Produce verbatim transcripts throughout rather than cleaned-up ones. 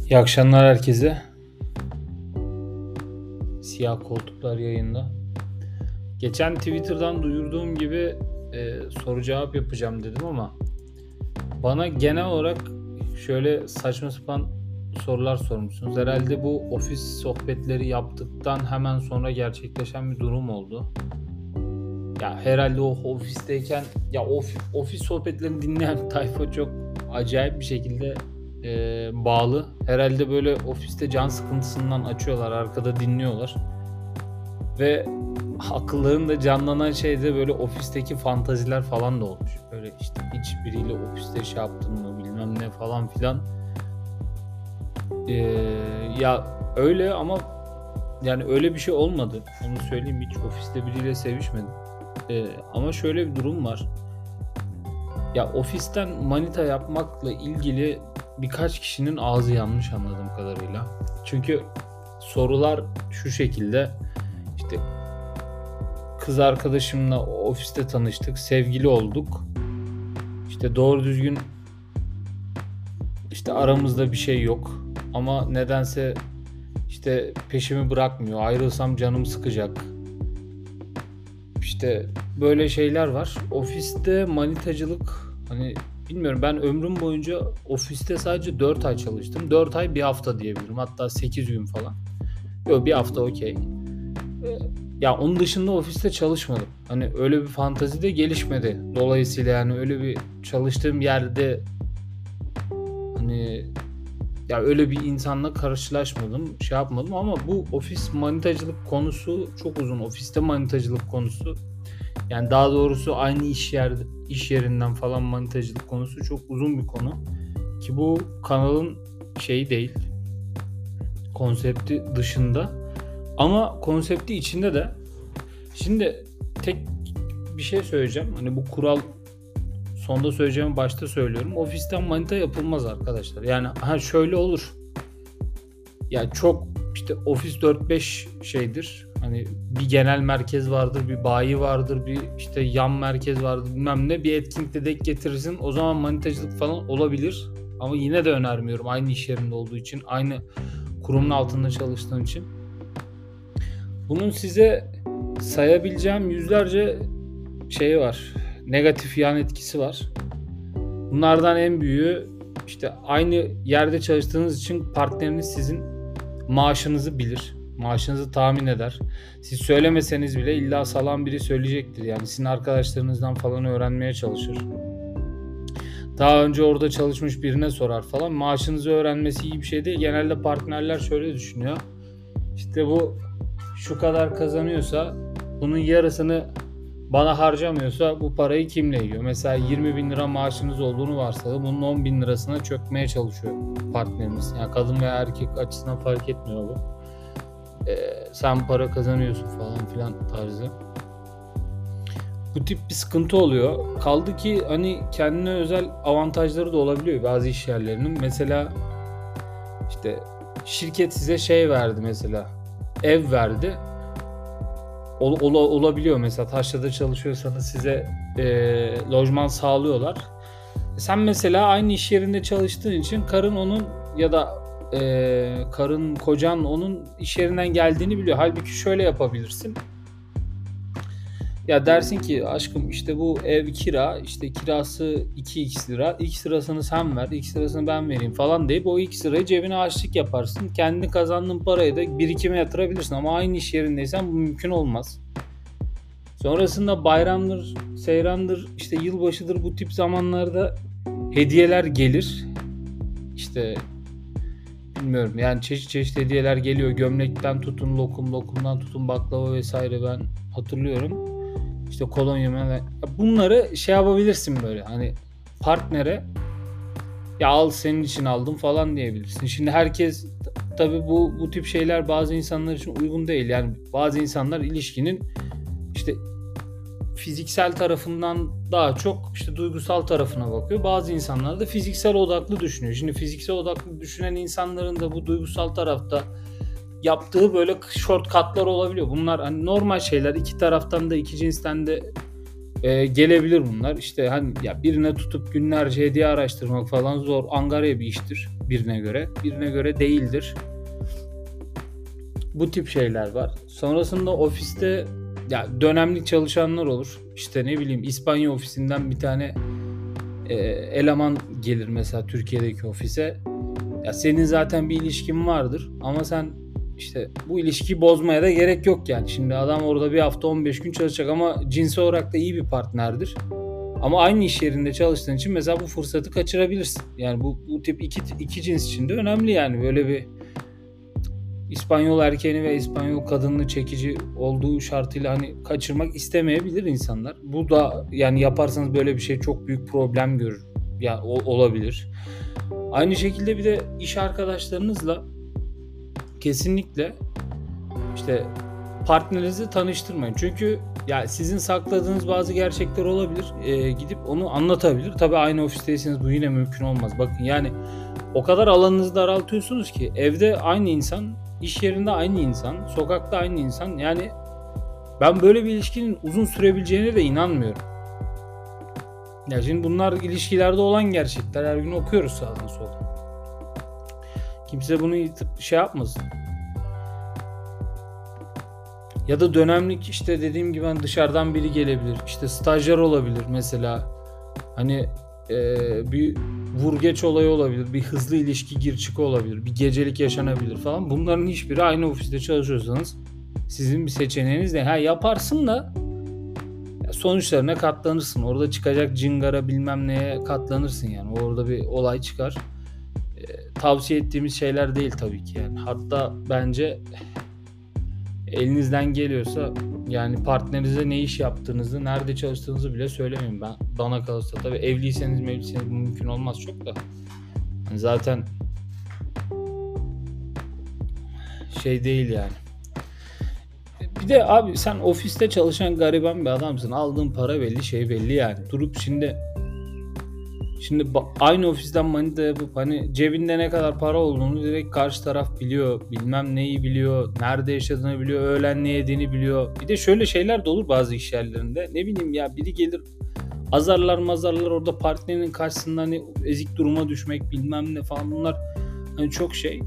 İyi akşamlar herkese. Siyah Koltuklar yayında. Geçen Twitter'dan duyurduğum gibi e, soru cevap yapacağım dedim ama bana genel olarak şöyle saçma sapan sorular sormuşsunuz. Herhalde bu ofis sohbetleri yaptıktan hemen sonra gerçekleşen bir durum oldu. Ya herhalde o ofisteyken ya of, ofis sohbetlerini dinleyen tayfa çok acayip bir şekilde e, bağlı. Herhalde böyle ofiste can sıkıntısından açıyorlar, arkada dinliyorlar. Ve akıllarında canlanan şey de böyle ofisteki fantaziler falan da olmuş. Böyle işte hiç biriyle ofiste şey yaptın mı bilmem ne falan filan. Ee, ya öyle ama yani öyle bir şey olmadı. Onu söyleyeyim, hiç ofiste biriyle sevişmedim. Ee, ama şöyle bir durum var. Ya ofisten manita yapmakla ilgili birkaç kişinin ağzı yanmış anladığım kadarıyla. Çünkü sorular şu şekilde: işte kız arkadaşımla ofiste tanıştık, sevgili olduk. İşte doğru düzgün işte aramızda bir şey yok ama nedense işte peşimi bırakmıyor. Ayrılsam canım sıkacak. İşte böyle şeyler var. Ofiste manitacılık, hani bilmiyorum, ben ömrüm boyunca ofiste sadece dört ay çalıştım. dört ay bir hafta diyebilirim. Hatta sekiz gün falan. Yok, bir hafta okey. Ya onun dışında ofiste çalışmadım. Hani öyle bir fantezi de gelişmedi. Dolayısıyla yani öyle bir çalıştığım yerde hani ya öyle bir insanla karşılaşmadım, şey yapmadım ama bu ofis manitacılık konusu çok uzun. Ofiste manitacılık konusu, yani daha doğrusu aynı iş yerde iş yerinden falan manitacılık konusu çok uzun bir konu ki bu kanalın şeyi değil, konsepti dışında ama konsepti içinde de. Şimdi tek bir şey söyleyeceğim, hani bu kural sonda söyleyeceğimi başta söylüyorum: ofisten manita yapılmaz arkadaşlar. Yani ha şöyle olur, yani çok işte ofis dört beş şeydir, hani bir genel merkez vardır, bir bayi vardır, bir işte yan merkez vardır, bilmem ne, bir etkinlikte denk getirirsin, o zaman manitacılık falan olabilir. Ama yine de önermiyorum, aynı iş yerinde olduğu için, aynı kurumun altında çalıştığın için. Bunun size sayabileceğim yüzlerce şey var, negatif yan etkisi var. Bunlardan en büyüğü, işte aynı yerde çalıştığınız için partneriniz sizin maaşınızı bilir. Maaşınızı tahmin eder. Siz söylemeseniz bile illa salan biri söyleyecektir. Yani sizin arkadaşlarınızdan falan öğrenmeye çalışır. Daha önce orada çalışmış birine sorar falan. Maaşınızı öğrenmesi iyi bir şey değil. Genelde partnerler şöyle düşünüyor: İşte bu şu kadar kazanıyorsa, bunun yarısını bana harcamıyorsa bu parayı kimle yiyor? Mesela yirmi bin lira maaşınız olduğunu varsayalım. Bunun on bin lirasına çökmeye çalışıyor partneriniz. Yani kadın veya erkek açısından fark etmiyor bu. Ee, sen para kazanıyorsun falan filan tarzı. Bu tip bir sıkıntı oluyor. Kaldı ki hani kendine özel avantajları da olabiliyor bazı iş yerlerinin. Mesela işte şirket size şey verdi, mesela ev verdi. Ol, ol, olabiliyor mesela, Taşra'da çalışıyorsanız size e, lojman sağlıyorlar. Sen mesela aynı iş yerinde çalıştığın için karın onun ya da e, karın kocan onun iş yerinden geldiğini biliyor. Halbuki şöyle yapabilirsin. Ya dersin ki aşkım, işte bu ev kira, işte kirası iki x lira, x lirasını sen ver, x lirasını ben vereyim falan deyip o x lirayı cebine harçlık yaparsın. Kendi kazandığın parayı da birikime yatırabilirsin ama aynı iş yerindeysen bu mümkün olmaz. Sonrasında bayramdır, seyrandır, işte yılbaşıdır, bu tip zamanlarda hediyeler gelir. İşte bilmiyorum yani, çeşit çeşit hediyeler geliyor. Gömlekten tutun lokum, lokumdan tutun baklava vesaire, ben hatırlıyorum. İşte kolonya, bunları şey yapabilirsin böyle, hani partnere ya al senin için aldım falan diyebilirsin. Şimdi herkes tabii bu bu tip şeyler bazı insanlar için uygun değil. Yani bazı insanlar ilişkinin işte fiziksel tarafından daha çok işte duygusal tarafına bakıyor. Bazı insanlar da fiziksel odaklı düşünüyor. Şimdi fiziksel odaklı düşünen insanların da bu duygusal tarafta yaptığı böyle shortcutlar olabiliyor. Bunlar hani normal şeyler. İki taraftan da, iki cinsten de e, gelebilir bunlar. İşte hani ya birine tutup günlerce hediye araştırmak falan zor. Angarya bir iştir birine göre. Birine göre değildir. Bu tip şeyler var. Sonrasında ofiste ya dönemlik çalışanlar olur. İşte ne bileyim İspanya ofisinden bir tane e, eleman gelir mesela Türkiye'deki ofise. Ya senin zaten bir ilişkin vardır ama sen işte bu ilişkiyi bozmaya da gerek yok yani. Şimdi adam orada bir hafta on beş gün çalışacak ama cinsel olarak da iyi bir partnerdir. Ama aynı iş yerinde çalıştığın için mesela bu fırsatı kaçırabilirsin. Yani bu, bu tip iki, iki cins için de önemli yani. Böyle bir İspanyol erkeğini ve İspanyol kadınını çekici olduğu şartıyla hani kaçırmak istemeyebilir insanlar. Bu da yani yaparsanız böyle bir şey çok büyük problem görür. Ya yani olabilir. Aynı şekilde bir de iş arkadaşlarınızla kesinlikle işte partnerinizi tanıştırmayın. Çünkü ya sizin sakladığınız bazı gerçekler olabilir. Ee, gidip onu anlatabilir. Tabii aynı ofisteyseniz bu yine mümkün olmaz. Bakın yani o kadar alanınızı daraltıyorsunuz ki evde aynı insan, iş yerinde aynı insan, sokakta aynı insan. Yani ben böyle bir ilişkinin uzun sürebileceğine de inanmıyorum. Ya şimdi bunlar ilişkilerde olan gerçekler. Her gün okuyoruz sağdan soldan. Kimse bunu şey yapmasın. Ya da dönemlik işte dediğim gibi hani dışarıdan biri gelebilir. İşte stajyer olabilir mesela. Hani e, bir vurgeç olayı olabilir. Bir hızlı ilişki gir çıkı olabilir. Bir gecelik yaşanabilir falan. Bunların hiçbiri aynı ofiste çalışıyorsanız sizin bir seçeneğiniz ne? Ha yaparsın da sonuçlarına katlanırsın. Orada çıkacak cingara bilmem neye katlanırsın yani. Orada bir olay çıkar. E, tavsiye ettiğimiz şeyler değil tabii ki yani. Hatta bence elinizden geliyorsa yani partnerinize ne iş yaptığınızı, nerede çalıştığınızı bile söylemeyin. Ben bana kalırsa tabii evliyseniz mevliyseniz bu mümkün olmaz çok da. Yani zaten şey değil yani. Bir de abi sen ofiste çalışan gariban bir adamsın. Aldığın para belli, şey belli yani. Durup şimdi Şimdi aynı ofisten manita yapıp hani cebinde ne kadar para olduğunu direkt karşı taraf biliyor. Bilmem neyi biliyor. Nerede yaşadığını biliyor. Öğlen ne yediğini biliyor. Bir de şöyle şeyler de olur bazı iş yerlerinde. Ne bileyim ya biri gelir azarlar mazarlar orada partnerinin karşısında hani ezik duruma düşmek bilmem ne falan bunlar hani çok şey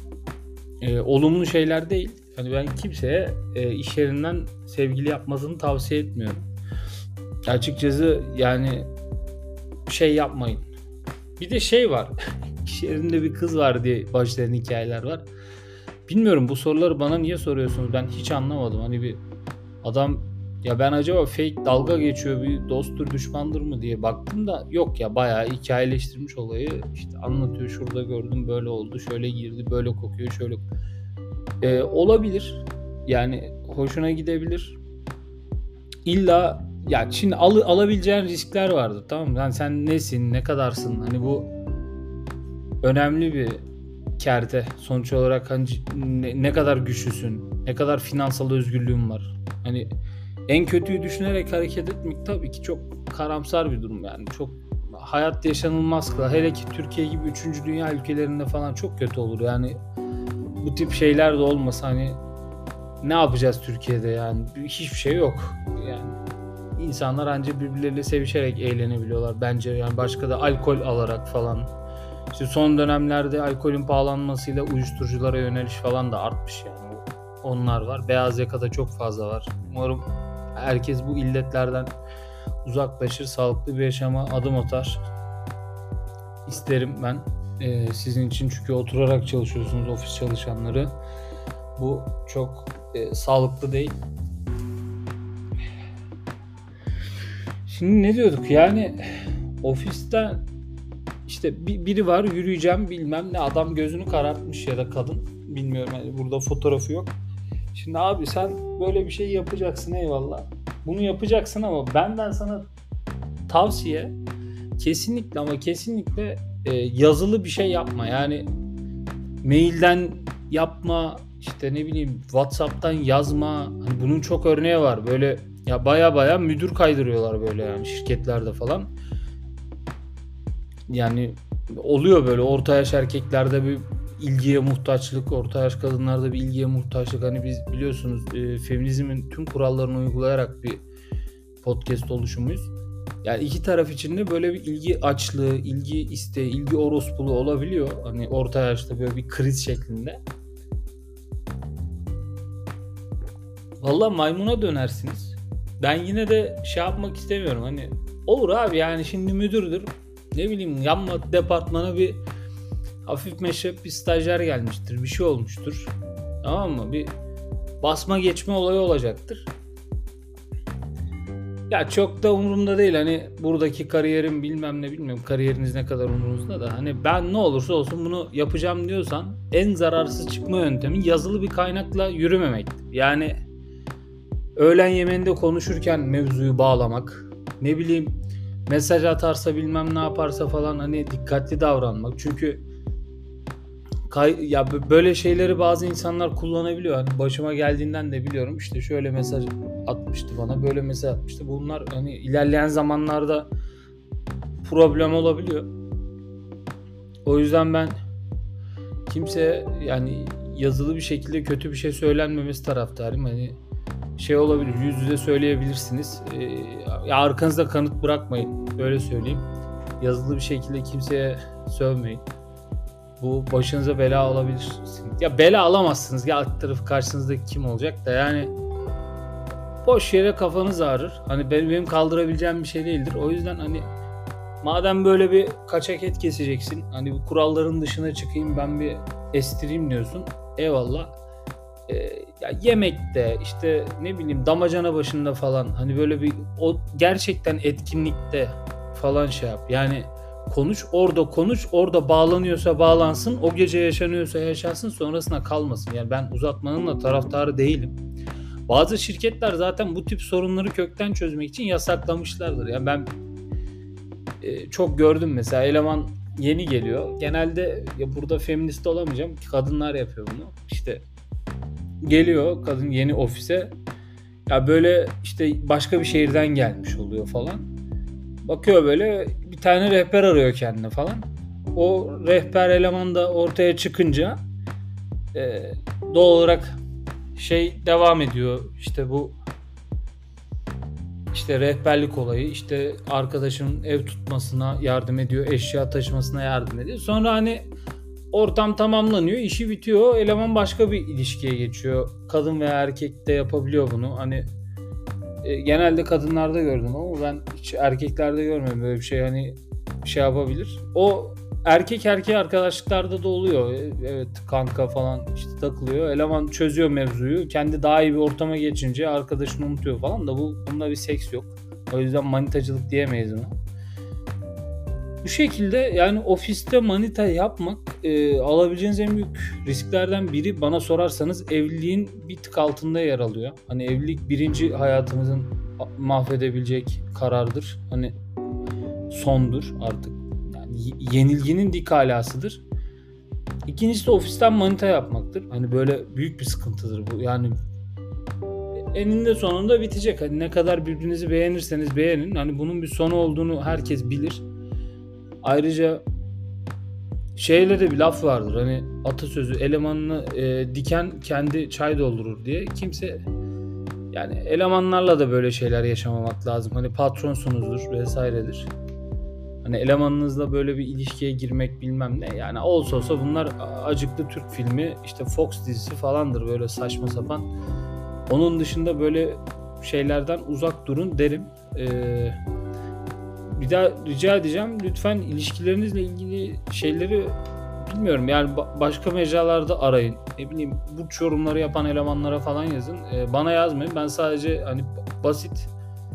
e, olumlu şeyler değil. Hani ben kimseye e, iş yerinden sevgili yapmasını tavsiye etmiyorum. Açıkçası yani şey yapmayın. Bir de şey var. İş yerinde bir kız var diye başlayan hikayeler var. Bilmiyorum bu soruları bana niye soruyorsunuz? Ben hiç anlamadım. Hani bir adam ya ben acaba fake dalga geçiyor bir dosttur düşmandır mı diye baktım da yok ya bayağı hikayeleştirmiş olayı. İşte anlatıyor şurada gördüm böyle oldu şöyle girdi böyle kokuyor şöyle. Ee, olabilir. Yani hoşuna gidebilir. İlla ya şimdi al, alabileceğin riskler vardır tamam mı? Yani sen nesin, ne kadarsın? Hani bu önemli bir kerte. Sonuç olarak hani ne, ne kadar güçlüsün, ne kadar finansal özgürlüğün var. Hani en kötüyü düşünerek hareket etmek tabii ki çok karamsar bir durum yani. Çok hayat yaşanılmaz kılar. Hele ki Türkiye gibi üçüncü dünya ülkelerinde falan çok kötü olur. Yani bu tip şeyler de olmasa hani ne yapacağız Türkiye'de yani? Hiçbir şey yok. Yani İnsanlar ancak birbirleriyle sevişerek eğlenebiliyorlar bence yani başka da alkol alarak falan. İşte son dönemlerde alkolün pahalanmasıyla uyuşturuculara yöneliş falan da artmış yani. Onlar var. Beyaz yakada çok fazla var. Umarım herkes bu illetlerden uzaklaşır, sağlıklı bir yaşama adım atar. İsterim ben ee, sizin için çünkü oturarak çalışıyorsunuz ofis çalışanları. Bu çok e, sağlıklı değil. Şimdi ne diyorduk yani ofiste işte bir, biri var yürüyeceğim bilmem ne adam gözünü karartmış ya da kadın bilmiyorum yani burada fotoğrafı yok. Şimdi abi sen böyle bir şey yapacaksın eyvallah bunu yapacaksın ama benden sana tavsiye kesinlikle ama kesinlikle e, yazılı bir şey yapma yani mailden yapma işte ne bileyim WhatsApp'tan yazma hani bunun çok örneği var böyle. Ya baya baya müdür kaydırıyorlar böyle yani şirketlerde falan. Yani oluyor böyle orta yaş erkeklerde bir ilgiye muhtaçlık, orta yaş kadınlarda bir ilgiye muhtaçlık. Hani biz biliyorsunuz e, feminizmin tüm kurallarını uygulayarak bir podcast oluşumuyuz. Yani iki taraf için de böyle bir ilgi açlığı, ilgi isteği, ilgi orospuluğu olabiliyor. Hani orta yaşta böyle bir kriz şeklinde. Vallahi maymuna dönersiniz. Ben yine de şey yapmak istemiyorum. Hani olur abi, yani şimdi müdürdür. Ne bileyim, yan departmana bir hafif meşrep bir stajyer gelmiştir. Bir şey olmuştur. Tamam mı? Bir basma geçme olayı olacaktır. Ya çok da umurumda değil. Hani buradaki kariyerim bilmem ne, bilmiyorum. Kariyeriniz ne kadar umurunuzda da. Hani ben ne olursa olsun bunu yapacağım diyorsan en zararsız çıkma yöntemi yazılı bir kaynakla yürümemektir. Yani öğlen yemeğinde konuşurken mevzuyu bağlamak, ne bileyim mesaj atarsa bilmem ne yaparsa falan hani dikkatli davranmak. Çünkü kay- ya böyle şeyleri bazı insanlar kullanabiliyor. Hani başıma geldiğinden de biliyorum. İşte şöyle mesaj atmıştı bana, böyle mesaj atmıştı. Bunlar hani ilerleyen zamanlarda problem olabiliyor. O yüzden ben kimseye yani yazılı bir şekilde kötü bir şey söylenmemesi taraftarıyım. Hani şey olabilir, yüz yüze söyleyebilirsiniz. Ee, ya arkanızda kanıt bırakmayın. Böyle söyleyeyim. Yazılı bir şekilde kimseye sövmeyin. Bu başınıza bela olabilir. Ya bela alamazsınız. Ya alt tarafı karşınızdaki kim olacak da yani boş yere kafanız ağrır. Hani benim, benim kaldırabileceğim bir şey değildir. O yüzden hani madem böyle bir kaçak et keseceksin, hani bu kuralların dışına çıkayım ben bir estireyim diyorsun. Eyvallah. Ee, ya yemekte işte ne bileyim damacana başında falan hani böyle bir o gerçekten etkinlikte falan şey yap. Yani konuş, orada konuş, orada bağlanıyorsa bağlansın, o gece yaşanıyorsa yaşansın, sonrasına kalmasın. Yani ben uzatmanın da taraftarı değilim. Bazı şirketler zaten bu tip sorunları kökten çözmek için yasaklamışlardır. Yani ben e, çok gördüm mesela, eleman yeni geliyor. Genelde ya burada feminist olamayacağım, kadınlar yapıyor bunu. İşte geliyor kadın yeni ofise. Ya böyle işte başka bir şehirden gelmiş oluyor falan. Bakıyor böyle bir tane rehber arıyor kendine falan. O rehber eleman da ortaya çıkınca e, doğal olarak şey devam ediyor. İşte bu işte rehberlik olayı, işte arkadaşının ev tutmasına yardım ediyor, eşya taşımasına yardım ediyor. Sonra hani ortam tamamlanıyor, işi bitiyor. Eleman başka bir ilişkiye geçiyor. Kadın veya erkek de yapabiliyor bunu. Hani e, genelde kadınlarda gördüm ama ben hiç erkeklerde görmedim böyle bir şey, hani şey yapabilir. O erkek erkeğe arkadaşlıklarda da oluyor. E, Evet kanka falan işte takılıyor. Eleman çözüyor mevzuyu. Kendi daha iyi bir ortama geçince arkadaşını unutuyor falan da bu bunda bir seks yok. O yüzden manitacılık diyemeyiz buna. Bu şekilde yani ofiste manita yapmak e, alabileceğiniz en büyük risklerden biri, bana sorarsanız evliliğin bir tık altında yer alıyor. Hani evlilik birinci hayatımızın mahvedebilecek karardır. Hani sondur artık. Yani yenilginin dik alasıdır. İkincisi de ofisten manita yapmaktır. Hani böyle büyük bir sıkıntıdır bu. Yani eninde sonunda bitecek. Hani ne kadar birbirinizi beğenirseniz beğenin. Hani bunun bir sonu olduğunu herkes bilir. Ayrıca şeyle de bir laf vardır. Hani atasözü, elemanını e, diken kendi çay doldurur diye. Kimse yani elemanlarla da böyle şeyler yaşamamak lazım. Hani patronsunuzdur vesairedir. Hani elemanınızla böyle bir ilişkiye girmek bilmem ne. Yani olsa olsa bunlar acıklı Türk filmi, işte Fox dizisi falandır böyle saçma sapan. Onun dışında böyle şeylerden uzak durun derim. Eee Bir daha rica edeceğim, lütfen ilişkilerinizle ilgili şeyleri bilmiyorum yani başka mecralarda arayın. Ne bileyim burç yorumları yapan elemanlara falan yazın. Ee, bana yazmayın. Ben sadece hani basit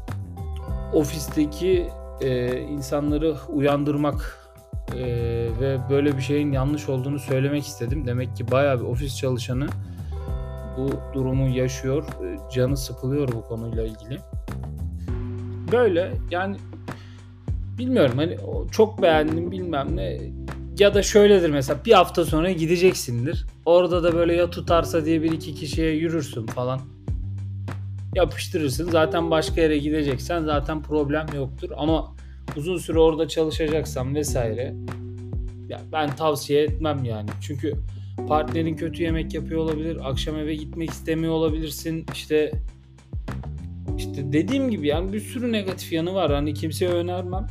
ofisteki e, insanları uyandırmak e, ve böyle bir şeyin yanlış olduğunu söylemek istedim. Demek ki bayağı bir ofis çalışanı bu durumu yaşıyor. E, canı sıkılıyor bu konuyla ilgili. Böyle yani bilmiyorum hani çok beğendim bilmem ne, ya da şöyledir mesela, bir hafta sonra gideceksindir. Orada da böyle ya tutarsa diye bir iki kişiye yürürsün falan. Yapıştırırsın. Zaten başka yere gideceksen zaten problem yoktur. Ama uzun süre orada çalışacaksan vesaire ya ben tavsiye etmem yani. Çünkü partnerin kötü yemek yapıyor olabilir. Akşam eve gitmek istemiyor olabilirsin. İşte İşte dediğim gibi yani bir sürü negatif yanı var. Hani kimseye önermem.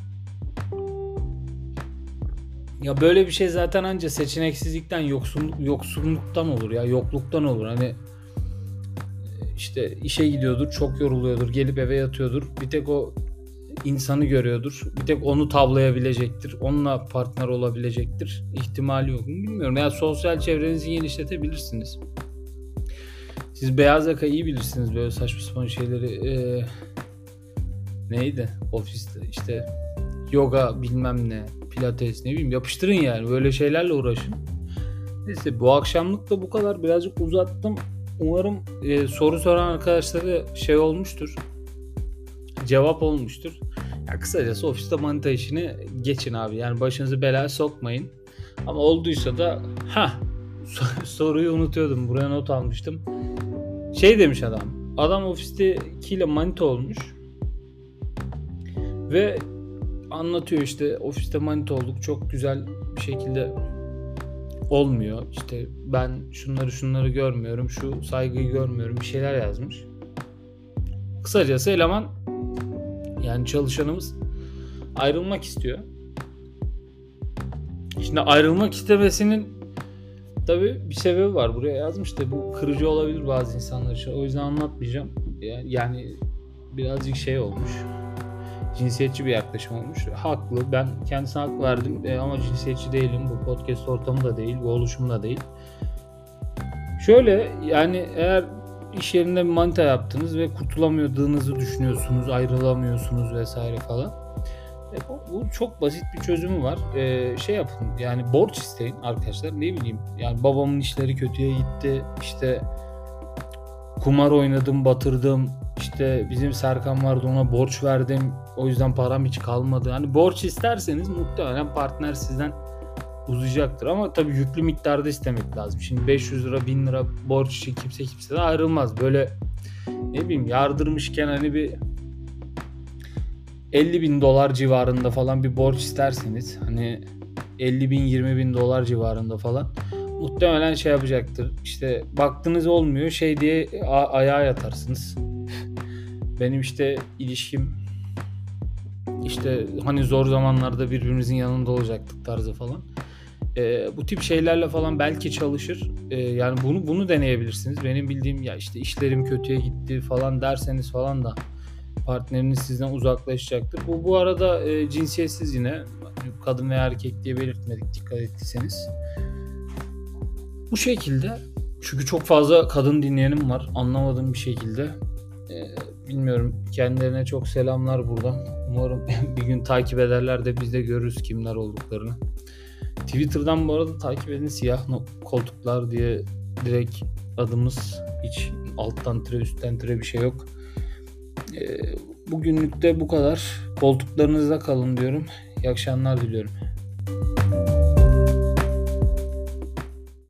Ya böyle bir şey zaten anca seçeneksizlikten, yoksun, yoksunluktan olur ya, yokluktan olur. Hani işte işe gidiyordur, çok yoruluyordur, gelip eve yatıyordur. Bir tek o insanı görüyordur. Bir tek onu tavlayabilecektir. Onunla partner olabilecektir. İhtimali yok mu bilmiyorum. Ya sosyal çevrenizi genişletebilirsiniz. Siz beyaz yaka iyi bilirsiniz böyle saçma sapan şeyleri. Ee, neydi? Ofiste işte yoga bilmem ne, pilates ne bileyim yapıştırın yani. Böyle şeylerle uğraşın. Neyse bu akşamlık da bu kadar. Birazcık uzattım. Umarım e, soru soran arkadaşlara şey olmuştur. Cevap olmuştur. Ya kısacası ofiste manita işini geçin abi. Yani başınızı belaya sokmayın. Ama olduysa da ha soruyu unutuyordum. Buraya not almıştım. Şey demiş adam. Adam ofistekiyle manita olmuş. Ve anlatıyor işte ofiste manita olduk. Çok güzel bir şekilde olmuyor. İşte ben şunları şunları görmüyorum. Şu saygıyı görmüyorum. Bir şeyler yazmış. Kısacası eleman yani çalışanımız ayrılmak istiyor. Şimdi ayrılmak istemesinin tabii bir sebebi var. Buraya yazmış da bu kırıcı olabilir bazı insanlar için. O yüzden anlatmayacağım. Yani birazcık şey olmuş. Cinsiyetçi bir yaklaşım olmuş. Haklı. Ben kendisine hak verdim ama cinsiyetçi değilim. Bu podcast ortamı da değil. Bu oluşum da değil. Şöyle yani eğer iş yerinde bir manita yaptınız ve kurtulamadığınızı düşünüyorsunuz, ayrılamıyorsunuz vesaire falan. E, bu, bu çok basit bir çözümü var. E, şey yapın yani borç isteyin arkadaşlar. Ne bileyim yani babamın işleri kötüye gitti. İşte kumar oynadım, batırdım. İşte bizim Serkan vardı ona borç verdim. O yüzden param hiç kalmadı. Hani borç isterseniz muhtemelen partner sizden uzayacaktır. Ama tabii yüklü miktarda istemek lazım. Şimdi beş yüz lira, bin lira borç için kimse kimseden ayrılmaz. Böyle ne bileyim yardırmışken hani bir elli bin dolar civarında falan bir borç isterseniz hani elli bin yirmi bin dolar civarında falan muhtemelen şey yapacaktır. İşte baktınız olmuyor şey diye a- ayağa yatarsınız. Benim işte ilişkim işte hani zor zamanlarda birbirimizin yanında olacaktık tarzı falan. Ee, bu tip şeylerle falan belki çalışır. Ee, yani bunu bunu deneyebilirsiniz. Benim bildiğim ya işte işlerim kötüye gitti falan derseniz falan da partneriniz sizden uzaklaşacaktır. Bu bu arada e, cinsiyetsiz yine kadın veya erkek diye belirtmedik dikkat ettiyseniz. Bu şekilde çünkü çok fazla kadın dinleyenim var anlamadığım bir şekilde. Ee, bilmiyorum kendilerine çok selamlar buradan. Umarım bir gün takip ederler de biz de görürüz kimler olduklarını. Twitter'dan bu arada takip edin siyah koltuklar diye direkt adımız hiç alttan tire üstten tire bir şey yok. Ee, bugünlük de bu kadar. Koltuklarınızda kalın diyorum. İyi akşamlar diliyorum.